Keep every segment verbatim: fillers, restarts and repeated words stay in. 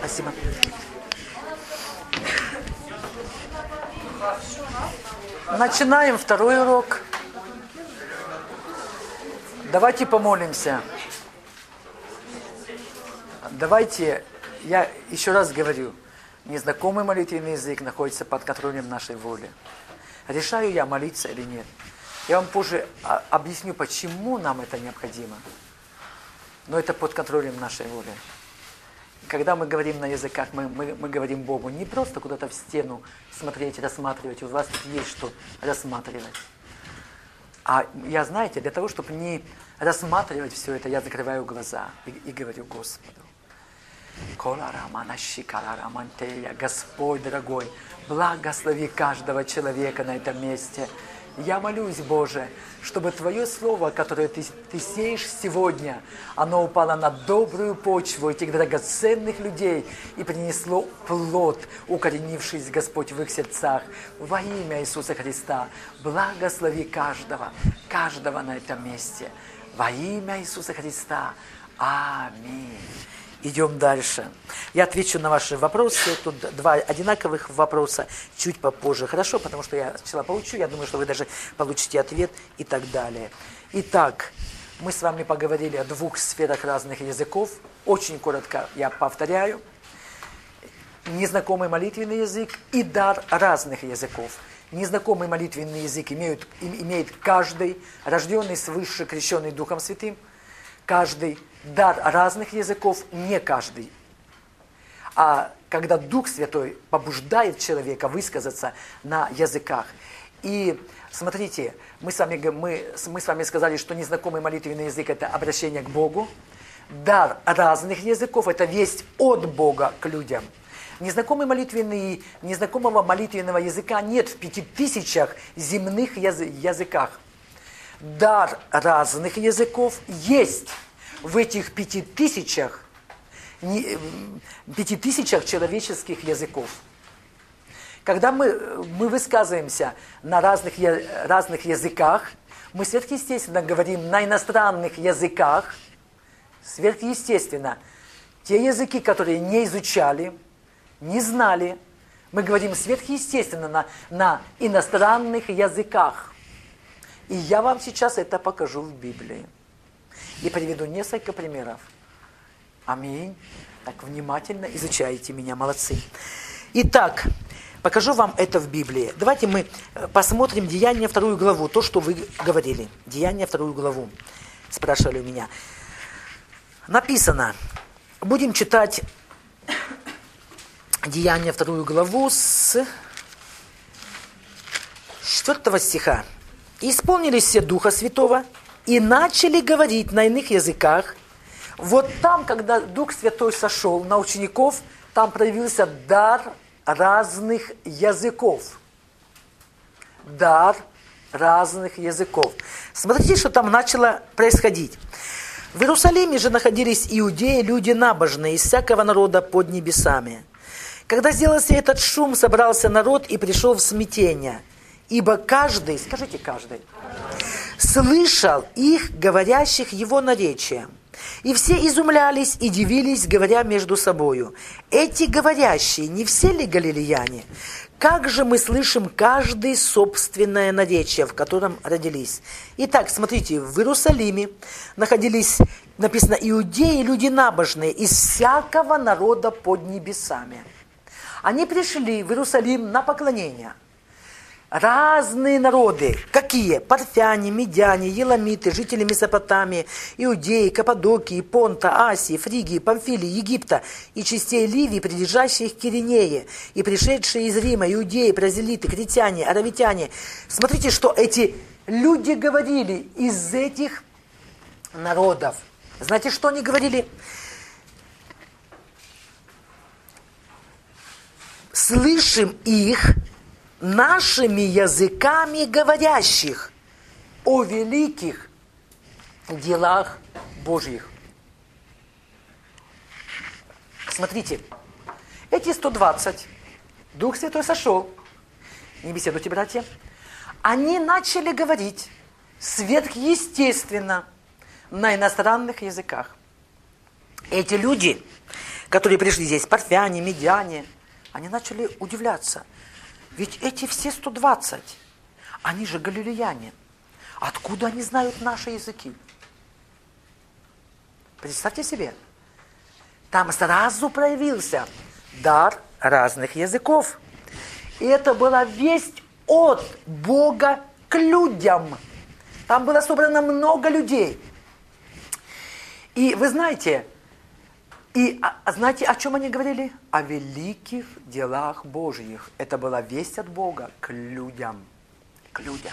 Спасибо. Начинаем второй урок. Давайте помолимся. Давайте, я еще раз говорю, незнакомый молитвенный язык находится под контролем нашей воли. Решаю я, молиться или нет. Я вам позже объясню, почему нам это необходимо. Но это под контролем нашей воли. Когда мы говорим на языках, мы, мы, мы говорим Богу не просто куда-то в стену смотреть, рассматривать. У вас тут есть что рассматривать. А я, знаете, для того, чтобы не рассматривать все это, я закрываю глаза и, и говорю Господу. Господь дорогой, благослови каждого человека на этом месте. Я молюсь, Боже, чтобы Твое Слово, которое Ты, ты сеешь сегодня, оно упало на добрую почву этих драгоценных людей и принесло плод, укоренившись, Господь, в их сердцах. Во имя Иисуса Христа благослови каждого, каждого на этом месте. Во имя Иисуса Христа. Аминь. Идем дальше. Я отвечу на ваши вопросы. Тут два одинаковых вопроса чуть попозже. Хорошо, потому что я сначала поучу. Я думаю, что вы даже получите ответ и так далее. Итак, мы с вами поговорили о двух сферах разных языков. Очень коротко я повторяю. Незнакомый молитвенный язык и дар разных языков. Незнакомый молитвенный язык имеет, имеет каждый, рожденный свыше, крещенный Духом Святым. Каждый. Дар разных языков не каждый. А когда Дух Святой побуждает человека высказаться на языках. И смотрите, мы с вами, мы, мы с вами сказали, что незнакомый молитвенный язык – это обращение к Богу. Дар разных языков – это весть от Бога к людям. Незнакомый молитвенный, незнакомого молитвенного языка нет в пяти тысячах земных языках. Дар разных языков есть в этих пяти тысячах, пяти тысячах человеческих языков. Когда мы, мы высказываемся на разных, разных языках, мы сверхъестественно говорим на иностранных языках, сверхъестественно. Те языки, которые не изучали, не знали, мы говорим сверхъестественно на, на иностранных языках. И я вам сейчас это покажу в Библии. И приведу несколько примеров. Аминь. Так, внимательно изучайте меня, молодцы. Итак, покажу вам это в Библии. Давайте мы посмотрим Деяния вторую главу, то, что вы говорили. Деяния вторую главу. Спрашивали у меня. Написано. Будем читать Деяния вторую главу с четвёртого стиха. «И исполнились все Духа Святого, и начали говорить на иных языках». Вот там, когда Дух Святой сошел на учеников, там проявился дар разных языков. Дар разных языков. Смотрите, что там начало происходить. В Иерусалиме же находились иудеи, люди набожные, из всякого народа под небесами. Когда сделался этот шум, собрался народ и пришел в смятение. Ибо каждый, скажите каждый, слышал их, говорящих его наречием. И все изумлялись и дивились, говоря между собою: эти говорящие, не все ли галилеяне? Как же мы слышим каждый собственное наречие, в котором родились? Итак, смотрите, в Иерусалиме находились, написано, иудеи, люди набожные, из всякого народа под небесами. Они пришли в Иерусалим на поклонение. Разные народы. Какие? Парфяне, медяне, еламиты, жители Месопотамии, иудеи, Каппадокии, Понта, Асии, Фригии, Памфилии, Египта и частей Ливии, прилежащих к Киринее, и пришедшие из Рима, иудеи, празелиты, критяне, аравитяне. Смотрите, что эти люди говорили из этих народов. Знаете, что они говорили? Слышим их нашими языками говорящих о великих делах Божьих. Смотрите, эти сто двадцать, Дух Святой сошел, не беседуйте, братья, они начали говорить сверхъестественно на иностранных языках. Эти люди которые пришли здесь, парфяне, медяне, они начали удивляться. Ведь эти все сто двадцать, они же галилеяне. Откуда они знают наши языки? Представьте себе. Там сразу проявился дар разных языков. И это была весть от Бога к людям. Там было собрано много людей. И вы знаете, и а, знаете, о чем они говорили? О великих делах Божьих. Это была весть от Бога к людям. К людям.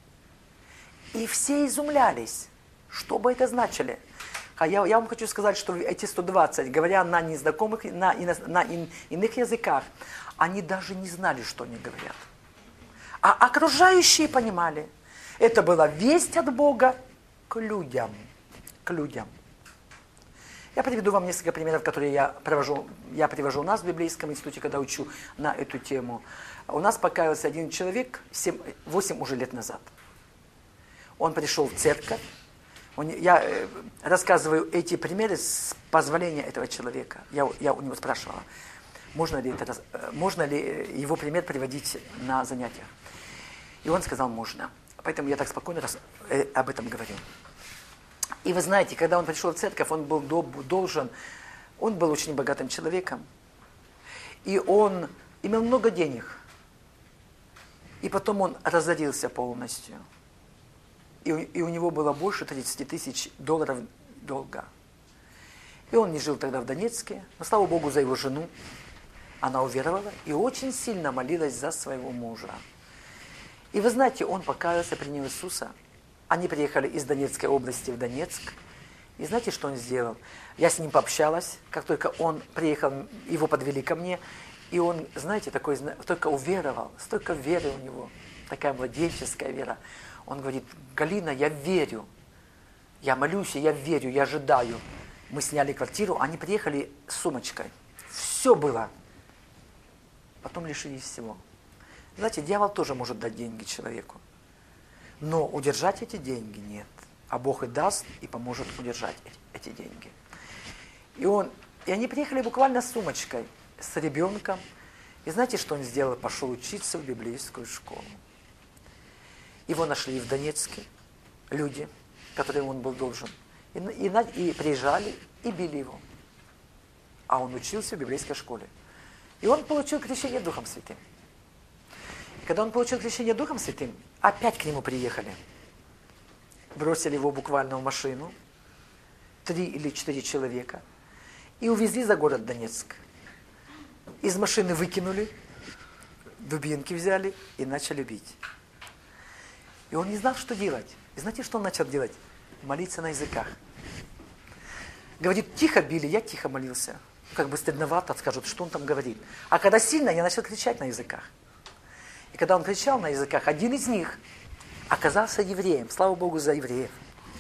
И все изумлялись, что бы это значило. А я, я вам хочу сказать, что эти сто двадцать, говоря на незнакомых, на, на ин, иных языках, они даже не знали, что они говорят. А окружающие понимали. Это была весть от Бога к людям. К людям. Я приведу вам несколько примеров, которые я привожу, я привожу у нас в библейском институте, когда учу на эту тему. У нас покаялся один человек семь, восемь уже лет назад. Он пришел в церковь. Он, я э, рассказываю эти примеры с позволения этого человека. Я, я у него спрашивала, можно ли, это, можно ли его пример приводить на занятиях. И он сказал, можно. Поэтому я так спокойно раз, э, об этом говорю. И вы знаете, когда он пришел в церковь, он был должен, он был очень богатым человеком. И он имел много денег. И потом он разорился полностью. И у, и у него было больше тридцати тысяч долларов долга. И он не жил тогда в Донецке, но слава Богу за его жену. Она уверовала и очень сильно молилась за своего мужа. И вы знаете, он покаялся, принял Иисуса. Они приехали из Донецкой области в Донецк. И знаете, что он сделал? Я с ним пообщалась, как только он приехал, его подвели ко мне. И он, знаете, такой, только уверовал, столько веры у него, такая младенческая вера. Он говорит, Галина, я верю, я молюсь, я верю, я ожидаю. Мы сняли квартиру, они приехали с сумочкой. Все было. Потом лишились всего. Знаете, дьявол тоже может дать деньги человеку. Но удержать эти деньги нет. А Бог и даст, и поможет удержать эти, эти деньги. И, он, и они приехали буквально с сумочкой, с ребенком. И знаете, что он сделал? Пошел учиться в библейскую школу. Его нашли в Донецке люди, которым он был должен. И, и, и приезжали, и били его. А он учился в библейской школе. И он получил крещение Духом Святым. И когда он получил крещение Духом Святым, опять к нему приехали. Бросили его буквально в машину. Три или четыре человека. И увезли за город Донецк. Из машины выкинули, дубинки взяли и начали бить. И он не знал, что делать. И знаете, что он начал делать? Молиться на языках. Говорит, тихо били, я тихо молился. Как бы стыдновато, скажут, что он там говорит. А когда сильно, я начал кричать на языках. И когда он кричал на языках, один из них оказался евреем. Слава Богу за евреев.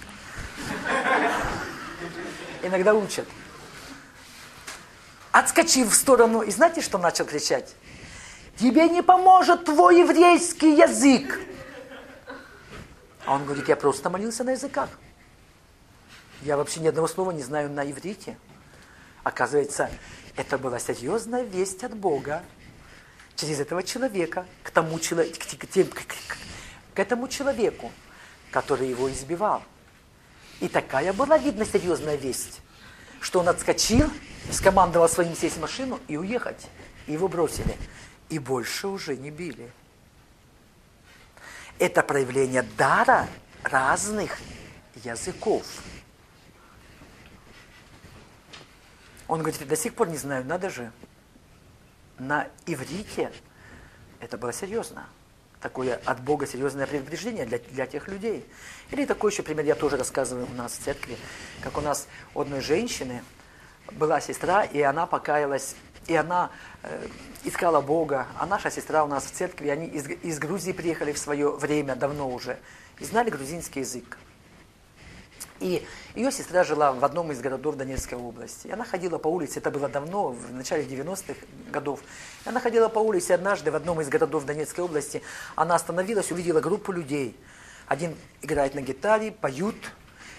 Иногда учат. Отскочил в сторону, и знаете, что начал кричать? Тебе не поможет твой еврейский язык. А он говорит, я просто молился на языках. Я вообще ни одного слова не знаю на иврите. Оказывается, это была серьезная весть от Бога через этого человека к тому, к, к, к, к этому человеку, который его избивал. И такая была, видно, серьезная весть, что он отскочил, скомандовал своим сесть в машину и уехать. И его бросили. И больше уже не били. Это проявление дара разных языков. Он говорит, до сих пор не знаю, надо же. На иврите это было серьезно. Такое от Бога серьезное предупреждение для, для тех людей. Или такой еще пример, я тоже рассказываю у нас в церкви, как у нас у одной женщины была сестра, и она покаялась, и она э, искала Бога. А наша сестра у нас в церкви, они из, из Грузии приехали в свое время, давно уже, и знали грузинский язык. И ее сестра жила в одном из городов Донецкой области. И она ходила по улице, это было давно, в начале девяностых годов. И она ходила по улице однажды в одном из городов Донецкой области. Она остановилась, увидела группу людей. Один играет на гитаре, поют,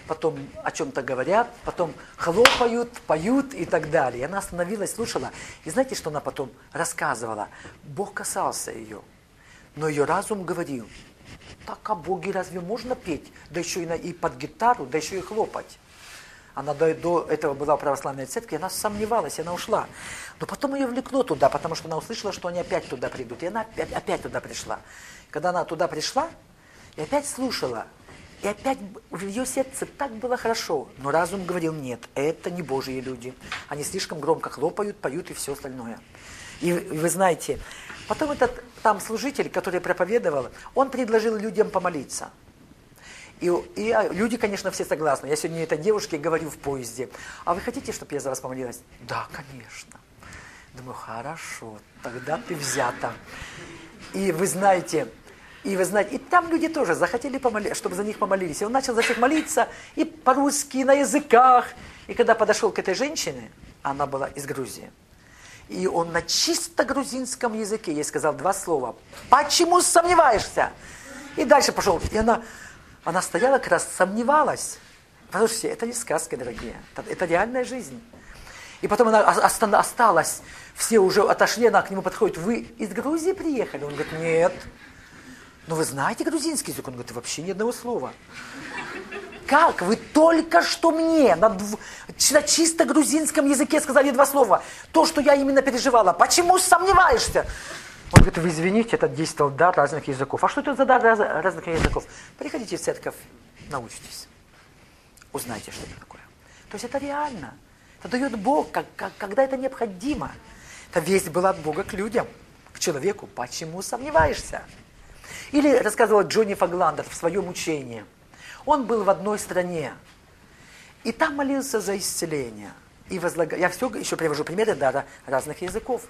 потом о чем-то говорят, потом хлопают, поют и так далее. И она остановилась, слушала. И знаете, что она потом рассказывала? Бог касался ее, но ее разум говорил: так о Боге разве можно петь? Да еще и, на, и под гитару, да еще и хлопать. Она до, до этого была в православной церкви, она сомневалась, и она ушла. Но потом ее влекло туда, потому что она услышала, что они опять туда придут. И она опять, опять туда пришла. Когда она туда пришла, и опять слушала, и опять в ее сердце так было хорошо. Но разум говорил: нет, это не Божьи люди. Они слишком громко хлопают, поют и все остальное. И, и вы знаете, потом этот там служитель, который проповедовал, он предложил людям помолиться. И, и люди, конечно, все согласны. Я сегодня этой девушке говорю в поезде: а вы хотите, чтобы я за вас помолилась? Да, конечно. Думаю, хорошо, тогда ты взята. И вы знаете, и вы знаете, и там люди тоже захотели, помоли, чтобы за них помолились. И он начал за всех молиться, и по-русски, и на языках. И когда подошел к этой женщине, она была из Грузии, и он на чисто грузинском языке ей сказал два слова: почему сомневаешься? И дальше пошел. И она... Она стояла, как раз сомневалась. Послушайте, это не сказка, дорогие. Это, это реальная жизнь. И потом она оста- осталась. Все уже отошли, она к нему подходит: вы из Грузии приехали? Он говорит: нет. Но вы знаете грузинский язык? Он говорит: вообще ни одного слова. Как? Вы только что мне на, дв... на чисто грузинском языке сказали два слова. То, что я именно переживала. Почему сомневаешься? Он говорит: вы извините, это действовал дар разных языков. А что это за дар раз, разных языков? Приходите в церковь, научитесь. Узнайте, что это такое. То есть это реально. Это дает Бог, как, как, когда это необходимо. Это весть была от Бога к людям, к человеку. Почему сомневаешься? Или рассказывал Джонни Фагландер в своем учении. Он был в одной стране. И там молился за исцеление. И возлагал... Я все еще привожу примеры дара разных языков.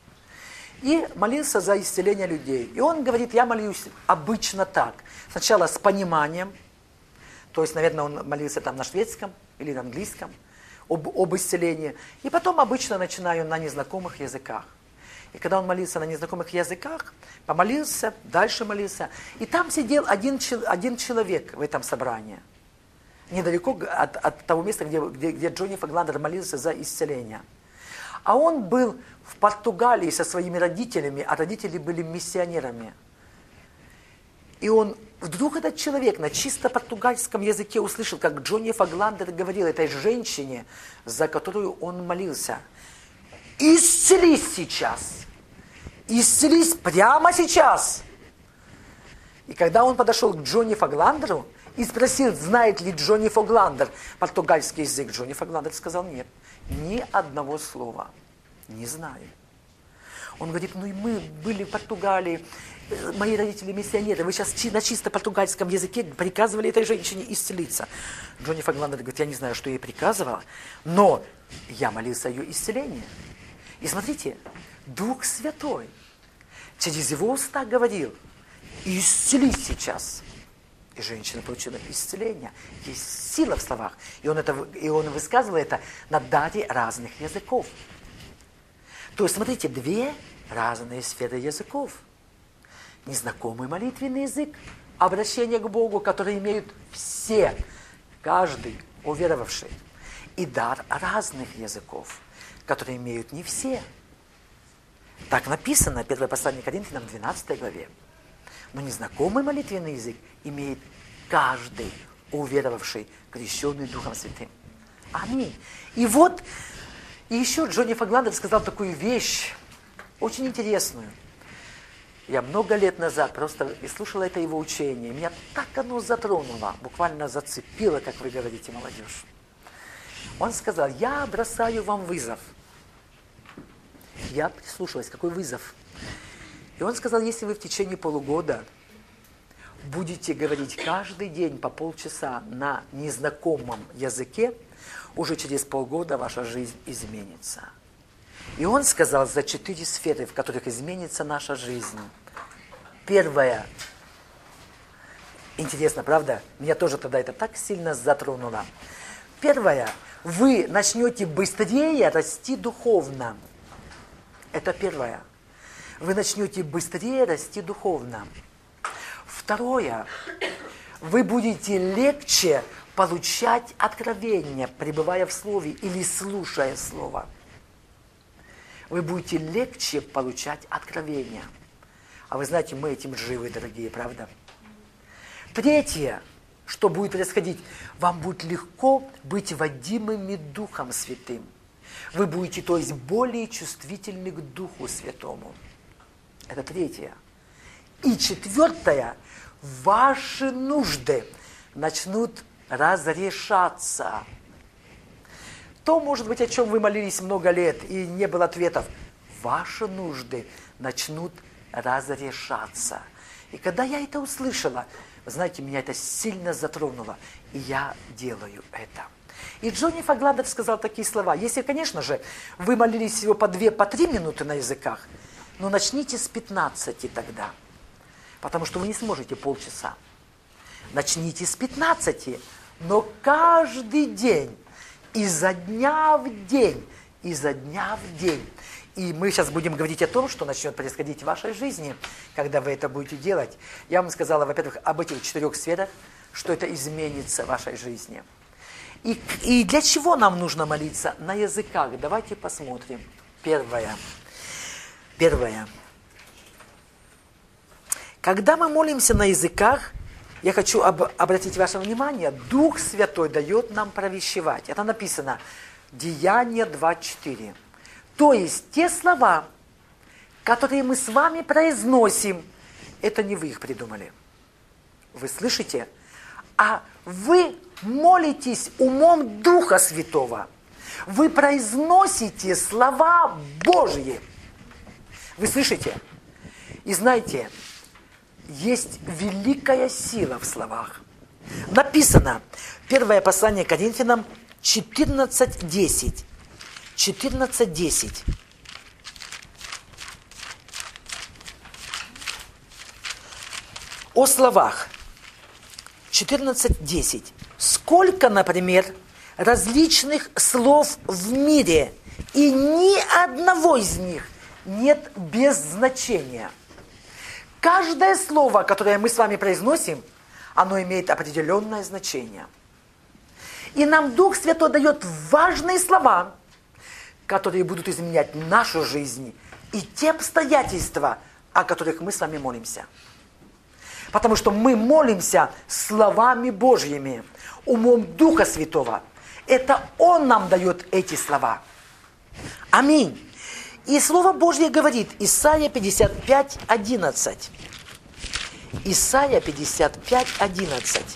И молился за исцеление людей. И он говорит: я молюсь обычно так. Сначала с пониманием, то есть, наверное, он молился там на шведском или на английском, об, об исцелении. И потом обычно начинаю на незнакомых языках. И когда он молился на незнакомых языках, помолился, дальше молился. И там сидел один, один человек в этом собрании. Недалеко от, от того места, где, где, где Джонни Фагландер молился за исцеление. А он был в Португалии со своими родителями, а родители были миссионерами. И он, вдруг этот человек на чисто португальском языке услышал, как Джонни Фагландер говорил этой женщине, за которую он молился: исцелись сейчас! Исцелись прямо сейчас! И когда он подошел к Джонни Фагландеру и спросил, знает ли Джонни Фагландер португальский язык, Джонни Фагландер сказал: нет, ни одного слова. Не знаю. Он говорит: ну и мы были в Португалии, мои родители миссионеры, вы сейчас на чисто португальском языке приказывали этой женщине исцелиться. Джонни Фагландер говорит: я не знаю, что я ей приказывал, но я молился о ее исцелении. И смотрите, Дух Святой через его уста говорил: исцелись сейчас. И женщина получила исцеление. Есть сила в словах. И он, это, и он высказывал это на даре разных языков. То есть, смотрите, две разные сферы языков. Незнакомый молитвенный язык, обращение к Богу, который имеют все, каждый уверовавший. И дар разных языков, которые имеют не все. Так написано, первое послание к Коринфянам, двенадцатой главе. Но незнакомый молитвенный язык имеет каждый уверовавший, крещенный Духом Святым. Аминь. И вот, и еще Джонни Фагландер сказал такую вещь, очень интересную. Я много лет назад просто и слушала это его учение. Меня так оно затронуло, буквально зацепило, как вы говорите, молодежь. Он сказал: я бросаю вам вызов. Я прислушалась, какой вызов. И он сказал: если вы в течение полугода будете говорить каждый день по полчаса на незнакомом языке, уже через полгода ваша жизнь изменится. И он сказал за четыре сферы, в которых изменится наша жизнь. Первое. Интересно, правда? Меня тоже тогда это так сильно затронуло. Первое. Вы начнете быстрее расти духовно. Это первое. Вы начнете быстрее расти духовно. Второе. Вы будете легче получать откровение, пребывая в Слове или слушая Слово. Вы будете легче получать откровение. А вы знаете, мы этим живы, дорогие, правда? Третье, что будет происходить, вам будет легко быть водимыми Духом Святым. Вы будете, то есть, более чувствительны к Духу Святому. Это третье. И четвертое, ваши нужды начнут разрешаться. То, может быть, о чем вы молились много лет и не было ответов, ваши нужды начнут разрешаться. И когда я это услышала, вы знаете, меня это сильно затронуло, и я делаю это. И Джонни Фагладер сказал такие слова. Если, конечно же, вы молились всего по две, по три минуты на языках, но начните с пятнадцати тогда, потому что вы не сможете полчаса. Начните с пятнадцати, но каждый день, изо дня в день, изо дня в день. И мы сейчас будем говорить о том, что начнет происходить в вашей жизни, когда вы это будете делать. Я вам сказала, во-первых, об этих четырех сферах, что это изменится в вашей жизни. И, и для чего нам нужно молиться на языках? Давайте посмотрим. Первое. Первое. Когда мы молимся на языках, я хочу об, обратить ваше внимание, Дух Святой дает нам провещевать. Это написано Деяния два четыре. То есть те слова, которые мы с вами произносим, это не вы их придумали. Вы слышите? А вы молитесь умом Духа Святого. Вы произносите слова Божьи. Вы слышите? И знаете, есть великая сила в словах. Написано, первое послание к Коринфянам четырнадцать десять. четырнадцать десять. О словах. четырнадцать десять. Сколько, например, различных слов в мире, и ни одного из них нет без значения. Каждое слово, которое мы с вами произносим, оно имеет определенное значение. И нам Дух Святой дает важные слова, которые будут изменять нашу жизнь и те обстоятельства, о которых мы с вами молимся. Потому что мы молимся словами Божьими, умом Духа Святого. Это Он нам дает эти слова. Аминь. И Слово Божье говорит, Исайя пятьдесят пять одиннадцать. Исайя пятьдесят пять одиннадцать.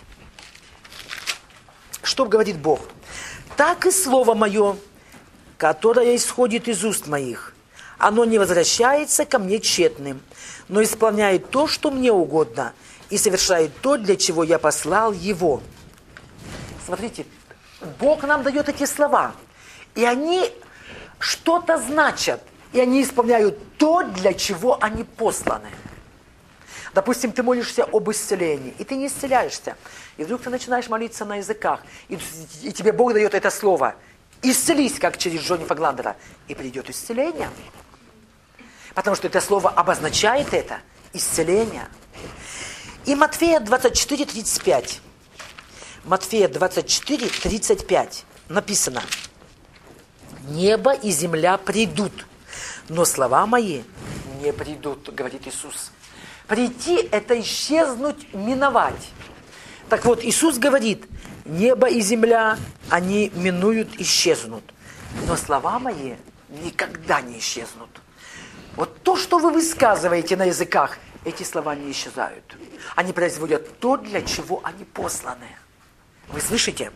Что говорит Бог? «Так и Слово Мое, которое исходит из уст моих, оно не возвращается ко мне тщетным, но исполняет то, что мне угодно, и совершает то, для чего я послал его». Смотрите, Бог нам дает эти слова, и они что-то значат, и они исполняют то, для чего они посланы. Допустим, ты молишься об исцелении, и ты не исцеляешься, и вдруг ты начинаешь молиться на языках, и, и тебе Бог дает это слово. Исцелись, как через Джонни Фагландера, и придет исцеление. Потому что это слово обозначает это, исцеление. И Матфея двадцать четыре тридцать пять. Матфея двадцать четыре тридцать пять написано: «Небо и земля придут, но слова мои не придут», говорит Иисус. Прийти – это исчезнуть, миновать. Так вот, Иисус говорит, небо и земля, они минуют, исчезнут. Но слова мои никогда не исчезнут. Вот то, что вы высказываете на языках, эти слова не исчезают. Они производят то, для чего они посланы. Вы слышите?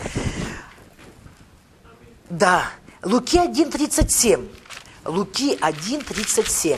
Да. Луки один тридцать семь. Луки один тридцать семь.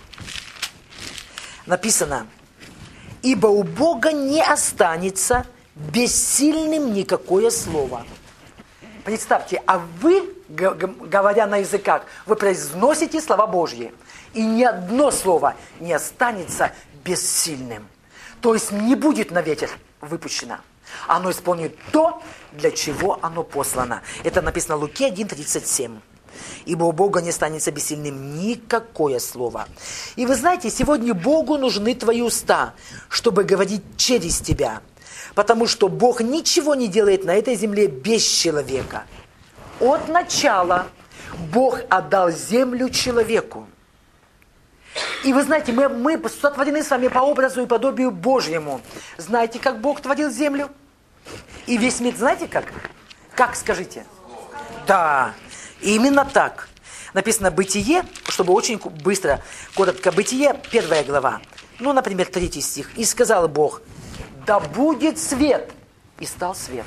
Написано: «Ибо у Бога не останется бессильным никакое слово». Представьте, а вы, говоря на языках, вы произносите слова Божьи, и ни одно слово не останется бессильным. То есть не будет на ветер выпущено. Оно исполнит то, для чего оно послано. Это написано в Луки один тридцать семь. «Ибо у Бога не останется бессильным никакое слово». И вы знаете, сегодня Богу нужны твои уста, чтобы говорить через тебя. Потому что Бог ничего не делает на этой земле без человека. От начала Бог отдал землю человеку. И вы знаете, мы, мы сотворены с вами по образу и подобию Божьему. Знаете, как Бог творил землю? И весь мир, знаете как? Как, скажите? Да, именно так. Написано «Бытие», чтобы очень быстро, коротко, «Бытие», первая глава. Ну, например, третий стих. «И сказал Бог, да будет свет». И стал свет.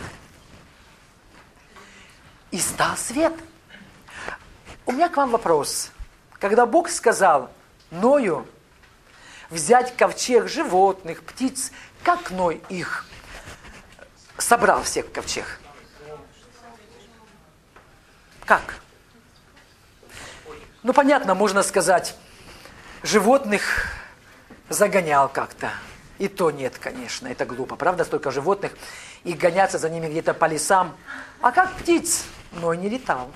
И стал свет. У меня к вам вопрос. Когда Бог сказал Ною взять ковчег животных, птиц, как Ной их собрал всех в ковчег? Как? Ну, понятно, можно сказать, животных загонял как-то. И то нет, конечно, это глупо. Правда, столько животных, и гоняться за ними где-то по лесам. А как птиц? Ной не летал.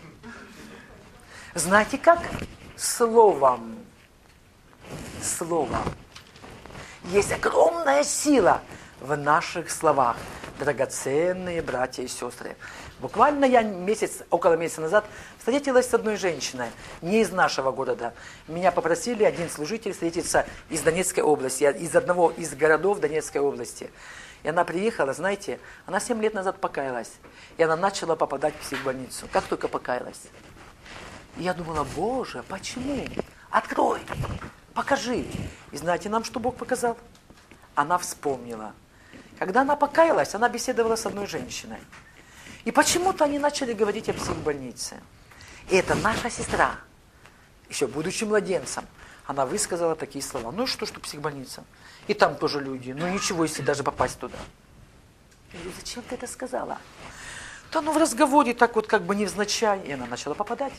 Знаете как? Словом. Словом. Есть огромная сила в наших словах, драгоценные братья и сестры. Буквально я месяц, около месяца назад встретилась с одной женщиной, не из нашего города. Меня попросили один служитель встретиться из Донецкой области, из одного из городов Донецкой области. И она приехала, знаете, она семь лет назад покаялась. И она начала попадать в психбольницу. Как только покаялась. И я думала, Боже, почему? Открой, покажи. И знаете нам, что Бог показал? Она вспомнила. Когда она покаялась, она беседовала с одной женщиной. И почему-то они начали говорить о психбольнице. И это наша сестра, еще будучи младенцем, она высказала такие слова. Ну что, что психбольница? И там тоже люди. Ну ничего, если даже попасть туда. Я говорю, зачем ты это сказала? Да ну в разговоре так вот как бы невзначай. И она начала попадать.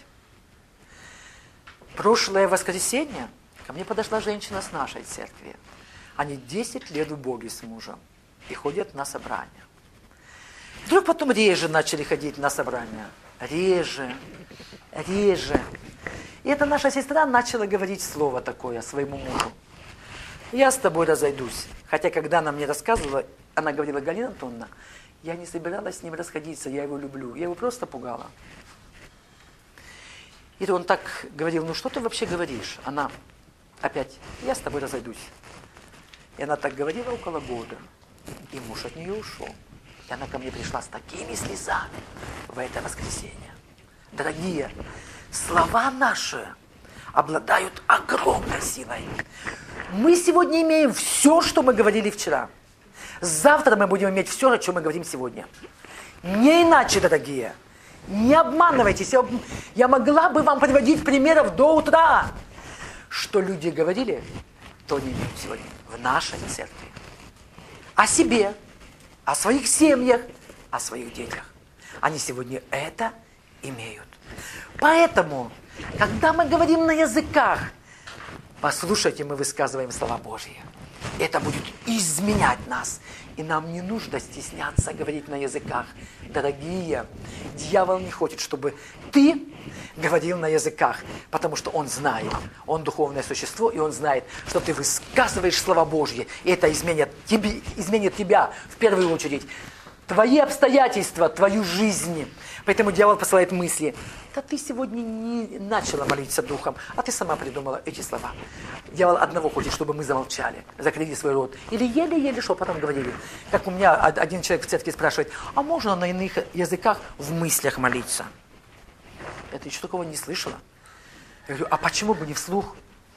Прошлое воскресенье ко мне подошла женщина с нашей церкви. Они десять лет в Боге с мужем. И ходят на собрания. Вдруг потом реже начали ходить на собрания. Реже, реже. И эта наша сестра начала говорить слово такое своему мужу. Я с тобой разойдусь. Хотя, когда она мне рассказывала, она говорила, Галина Антоновна, я не собиралась с ним расходиться, я его люблю. Я его просто пугала. И он так говорил, ну что ты вообще говоришь? Она опять, я с тобой разойдусь. И она так говорила около года. И муж от нее ушел. И она ко мне пришла с такими слезами в это воскресенье. Дорогие, слова наши обладают огромной силой. Мы сегодня имеем все, что мы говорили вчера. Завтра мы будем иметь все, о чем мы говорим сегодня. Не иначе, дорогие. Не обманывайтесь. Я, я могла бы вам приводить примеров до утра. Что люди говорили, то не имеют сегодня в нашей церкви. О себе, о своих семьях, о своих детях. Они сегодня это имеют. Поэтому, когда мы говорим на языках, послушайте, мы высказываем слова Божьи. Это будет изменять нас. И нам не нужно стесняться говорить на языках. Дорогие, дьявол не хочет, чтобы ты говорил на языках, потому что он знает, он духовное существо, и он знает, что ты высказываешь слова Божьи, и это изменит, тебе, изменит тебя в первую очередь, твои обстоятельства, твою жизнь. Поэтому дьявол посылает мысли. Да ты сегодня не начала молиться духом, а ты сама придумала эти слова. Дьявол одного хочет, чтобы мы замолчали, закрыли свой рот. Или еле-еле шепотом говорили. Как у меня один человек в церкви спрашивает, а можно на иных языках в мыслях молиться? Это еще такого не слышала. Я говорю, а почему бы не вслух?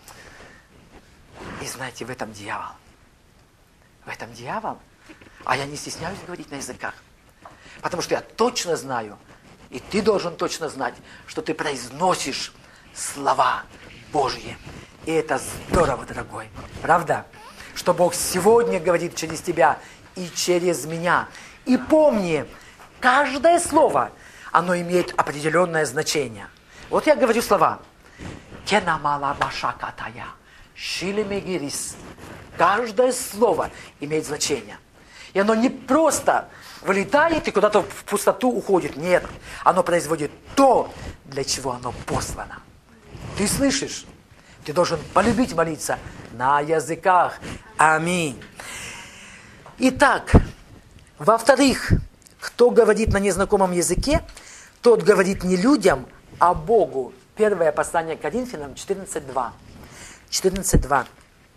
И знаете, в этом дьявол. В этом дьявол. А я не стесняюсь говорить на языках. Потому что я точно знаю, и ты должен точно знать, что ты произносишь слова Божьи. И это здорово, дорогой. Правда? Что Бог сегодня говорит через тебя и через меня. И помни, каждое слово, оно имеет определенное значение. Вот я говорю слова. Кенамалабашакатая. Шилемегирис. Каждое слово имеет значение. И оно не просто вылетает и куда-то в пустоту уходит. Нет, оно производит то, для чего оно послано. Ты слышишь? Ты должен полюбить молиться на языках. Аминь. Итак, Во-вторых, кто говорит на незнакомом языке, тот говорит не людям, а Богу. Первое послание к Коринфянам четырнадцать два. четырнадцать два.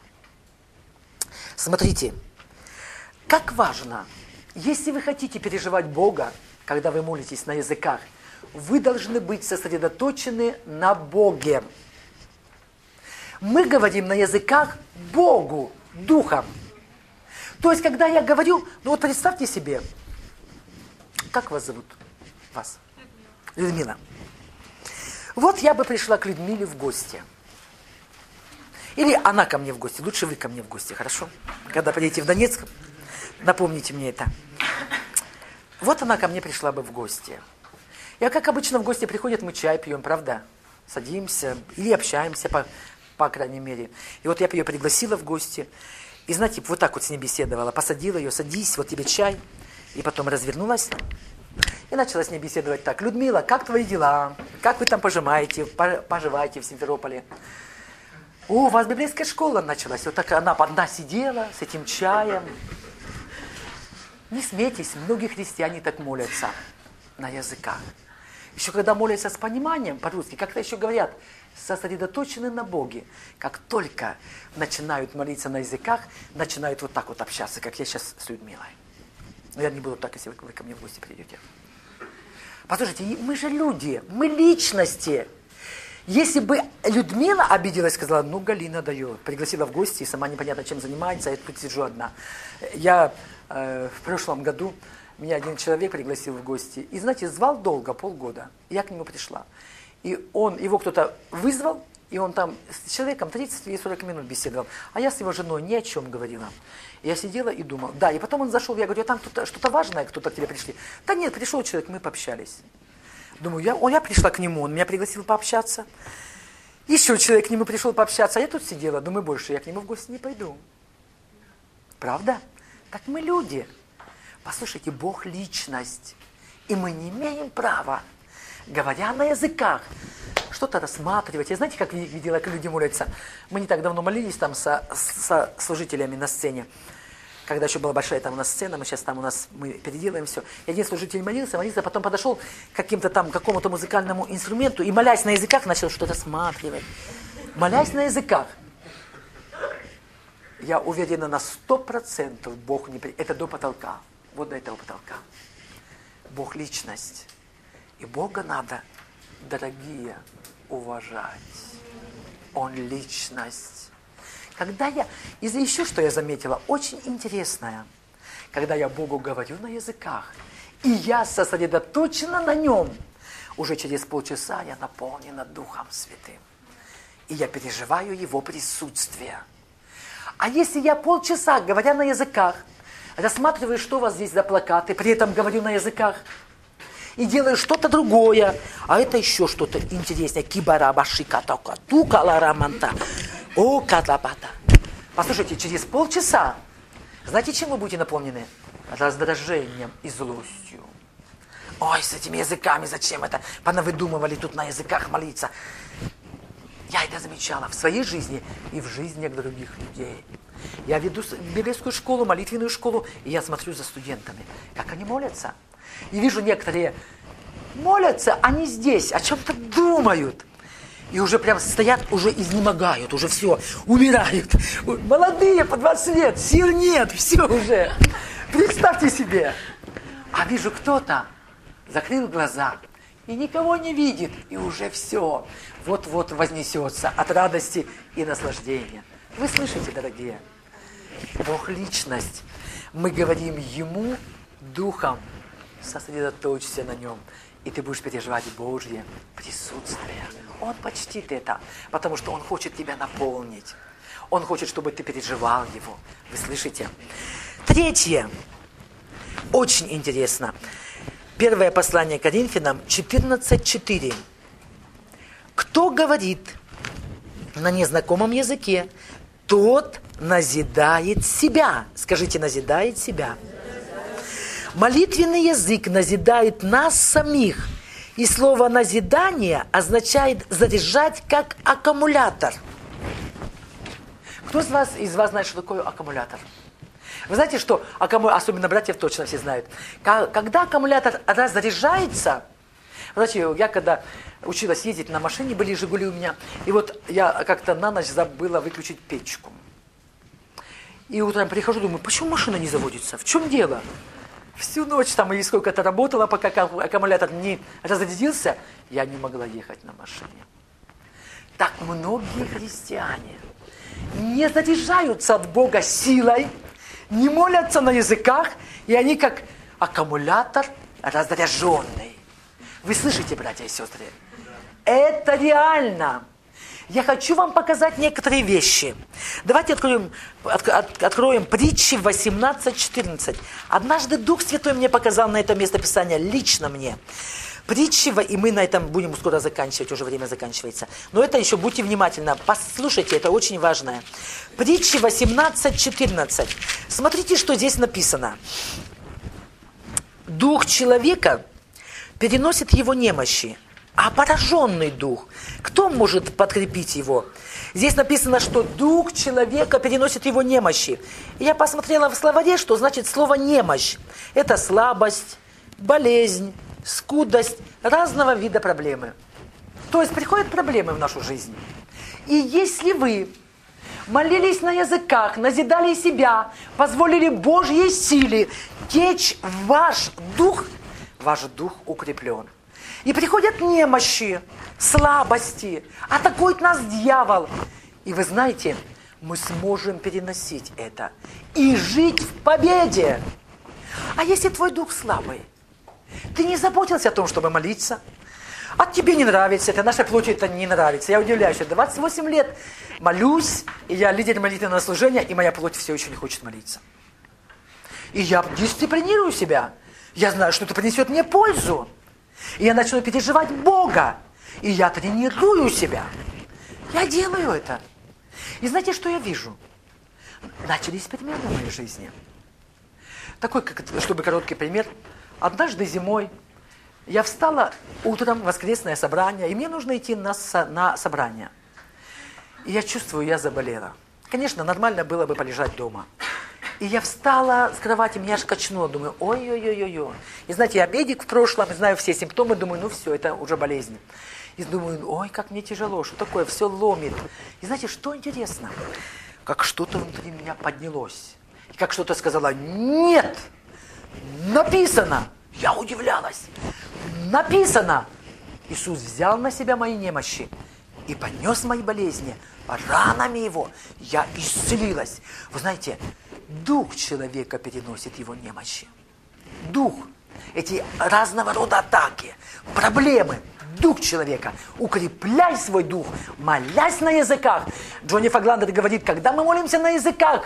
Смотрите, как важно, если вы хотите переживать Бога, когда вы молитесь на языках, вы должны быть сосредоточены на Боге. Мы говорим на языках Богу, Духом. То есть, когда я говорю, ну вот представьте себе, как вас зовут? Вас? Людмила. Вот я бы пришла к Людмиле в гости. Или она ко мне в гости. Лучше вы ко мне в гости, хорошо? Когда приедете в Донецк, напомните мне это. Вот она ко мне пришла бы в гости. Я, как обычно, в гости приходят, мы чай пьем, правда? Садимся или общаемся, по, по крайней мере. И вот я ее пригласила в гости. И, знаете, вот так вот с ней беседовала. Посадила ее, садись, вот тебе чай. И потом развернулась. И начала с ней беседовать так. Людмила, как твои дела? Как вы там пожимаете, поживаете в Симферополе? О, у вас библейская школа началась. Вот так она одна сидела с этим чаем. Не смейтесь, многие христиане так молятся на языках. Еще когда молятся с пониманием по-русски, как-то еще говорят, сосредоточены на Боге. Как только начинают молиться на языках, начинают вот так вот общаться, как я сейчас с Людмилой. Но я не буду так, если вы ко мне в гости придете. Послушайте, мы же люди, мы личности. Если бы Людмила обиделась, сказала, ну, Галина дает, пригласила в гости, и сама непонятно чем занимается, а я тут сижу одна. Я э, в прошлом году, меня один человек пригласил в гости, и, знаете, звал долго, полгода, я к нему пришла. И он, его кто-то вызвал, и он там с человеком тридцать или сорок минут беседовал, а я с его женой ни о чем говорила. Я сидела и думала, да, и потом он зашел, я говорю, а там кто-то, что-то важное, кто-то к тебе пришли. Да нет, пришел человек, мы пообщались. Думаю, я, он, я пришла к нему, он меня пригласил пообщаться. Еще человек к нему пришел пообщаться, а я тут сидела, думаю, больше я к нему в гости не пойду. Правда? Так мы люди. Послушайте, Бог личность. И мы не имеем права, говоря на языках, что-то рассматривать. Я знаете, как видела, как люди молятся? Мы не так давно молились там со, со служителями на сцене. Когда еще была большая там у нас сцена, мы сейчас там у нас, мы переделаем все. И один служитель молился, молился, потом подошел к каким-то там, какому-то музыкальному инструменту и, молясь на языках, начал что-то рассматривать. Молясь на языках. Я уверена на сто процентов, Бог не... Это до потолка. Вот до этого потолка. Бог личность. И Бога надо, дорогие, уважать. Он личность. Когда я, и еще что я заметила, очень интересное, когда я Богу говорю на языках, и я сосредоточена на нем, уже через полчаса я наполнена Духом Святым. И я переживаю Его присутствие. А если я полчаса, говоря на языках, рассматриваю, что у вас здесь за плакаты, при этом говорю на языках, и делаю что-то другое, а это еще что-то интересное. Кибарабашикатака, тукалараманта. О, катлапата. Послушайте, через полчаса, знаете, чем вы будете наполнены? Раздражением и злостью. Ой, с этими языками, зачем это? Понавыдумывали тут на языках молиться. Я это замечала в своей жизни и в жизни других людей. Я веду библейскую школу, молитвенную школу, и я смотрю за студентами, как они молятся. И вижу, некоторые молятся, они здесь, о чем-то думают. И уже прям стоят, уже изнемогают, уже все, умирают. Молодые, по двадцать лет, сил нет, все уже. Представьте себе. А вижу, кто-то закрыл глаза и никого не видит, и уже все. Вот-вот вознесется от радости и наслаждения. Вы слышите, дорогие? Бог личность. Мы говорим Ему Духом. Сосредоточься на Нем. И ты будешь переживать Божье присутствие. Он почтит это, потому что Он хочет тебя наполнить. Он хочет, чтобы ты переживал Его. Вы слышите? Третье. Очень интересно. Первое послание к Коринфянам четырнадцать четыре. Кто говорит на незнакомом языке, тот назидает себя. Скажите, назидает себя. Молитвенный язык назидает нас самих. И слово «назидание» означает «заряжать как аккумулятор». Кто из вас, из вас знает, что такое аккумулятор? Вы знаете, что, особенно братьев точно все знают, когда аккумулятор разряжается, знаете, я когда училась ездить на машине, были «Жигули» у меня, и вот я как-то на ночь забыла выключить печку. И утром прихожу, думаю, почему машина не заводится? В чем дело? Всю ночь там и сколько-то работала, пока аккумулятор не разрядился, я не могла ехать на машине. Так многие христиане не заряжаются от Бога силой, не молятся на языках, и они как аккумулятор разряженный. Вы слышите, братья и сестры? Это реально. Я хочу вам показать некоторые вещи. Давайте откроем, от, от, откроем притчи восемнадцать четырнадцать. Однажды Дух Святой мне показал на это место Писания, лично мне. Притчи, и мы на этом будем скоро заканчивать, уже время заканчивается. Но это еще, будьте внимательны, послушайте, это очень важное. Притчи восемнадцать четырнадцать. Смотрите, что здесь написано. Дух человека переносит его немощи, а пораженный дух, кто может подкрепить его? Здесь написано, что дух человека переносит его немощи. И я посмотрела в словаре, что значит слово «немощь». Это слабость, болезнь, скудость, разного вида проблемы. То есть приходят проблемы в нашу жизнь. И если вы молились на языках, назидали себя, позволили Божьей силе течь в ваш дух, ваш дух укреплен. И приходят немощи, слабости, атакует нас дьявол. И вы знаете, мы сможем переносить это и жить в победе. А если твой дух слабый, ты не заботился о том, чтобы молиться, а тебе не нравится это, нашей плоти это не нравится. Я удивляюсь, двадцать восемь лет молюсь, и я лидер молитвенного служения, и моя плоть все еще не хочет молиться. И я дисциплинирую себя. Я знаю, что это принесет мне пользу. И я начну переживать Бога. И я тренирую себя. Я делаю это. И знаете, что я вижу? Начались перемены в моей жизни. Такой, как, чтобы короткий пример. Однажды зимой я встала утром в воскресное собрание, и мне нужно идти на, со, на собрание. И я чувствую, я заболела. Конечно, нормально было бы полежать дома. И я встала с кровати, меня аж качнуло, думаю, ой-ой-ой-ой-ой. И знаете, я медик в прошлом, знаю все симптомы, думаю, ну все, это уже болезнь. И думаю, ой, как мне тяжело, что такое, все ломит. И знаете, что интересно? Как что-то внутри меня поднялось. И как что-то сказала, нет, написано. Я удивлялась. Написано. Иисус взял на себя мои немощи и понес мои болезни. Ранами его я исцелилась. Вы знаете, дух человека переносит его немощи. Дух. Эти разного рода атаки, проблемы. Дух человека. Укрепляй свой дух, молясь на языках. Джонни Фагландер говорит, когда мы молимся на языках,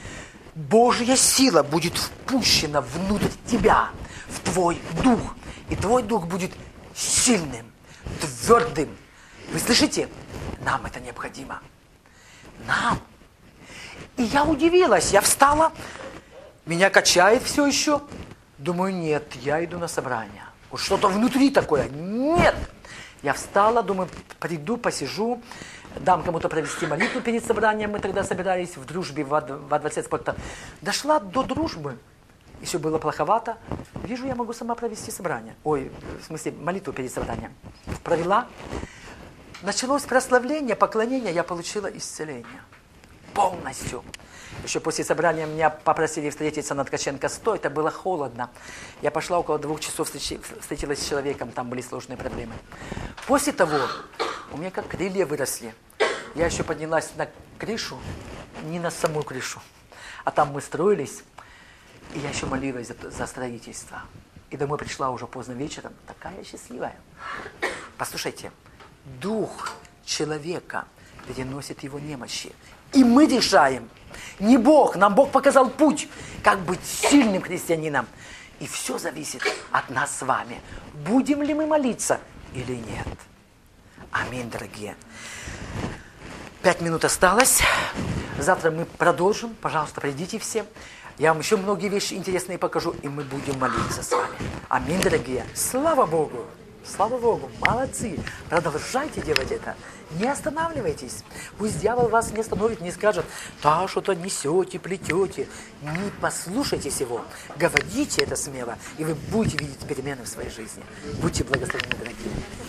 Божья сила будет впущена внутрь тебя, в твой дух. И твой дух будет сильным, твердым. Вы слышите? Нам это необходимо. Нам. И я удивилась, я встала, меня качает все еще. Думаю, нет, я иду на собрание. Вот что-то внутри такое. Нет. Я встала, думаю, приду, посижу, дам кому-то провести молитву перед собранием. Мы тогда собирались в дружбе во, во дворце спорта. Дошла до дружбы. Еще было плоховато. Вижу, я могу сама провести собрание. Ой, в смысле, молитву перед собранием. Провела. Началось прославление, поклонение, я получила исцеление. Полностью. Еще после собрания меня попросили встретиться на Ткаченко сто, это было холодно. Я пошла около двух часов, встретилась с человеком, там были сложные проблемы. После того, у меня как крылья выросли. Я еще поднялась на крышу, не на саму крышу, а там мы строились, и я еще молилась за, за строительство. И домой пришла уже поздно вечером, такая счастливая. Послушайте, дух человека переносит его немощи. И мы решаем. Не Бог, нам Бог показал путь, как быть сильным христианином. И все зависит от нас с вами. Будем ли мы молиться или нет. Аминь, дорогие. Пять минут осталось. Завтра мы продолжим. Пожалуйста, придите все. Я вам еще многие вещи интересные покажу, и мы будем молиться с вами. Аминь, дорогие. Слава Богу. Слава Богу, молодцы. Продолжайте делать это. Не останавливайтесь. Пусть дьявол вас не остановит, не скажет, да, что-то несете, плетете. Не послушайтесь его. Говорите это смело, и вы будете видеть перемены в своей жизни. Будьте благословенны, дорогие.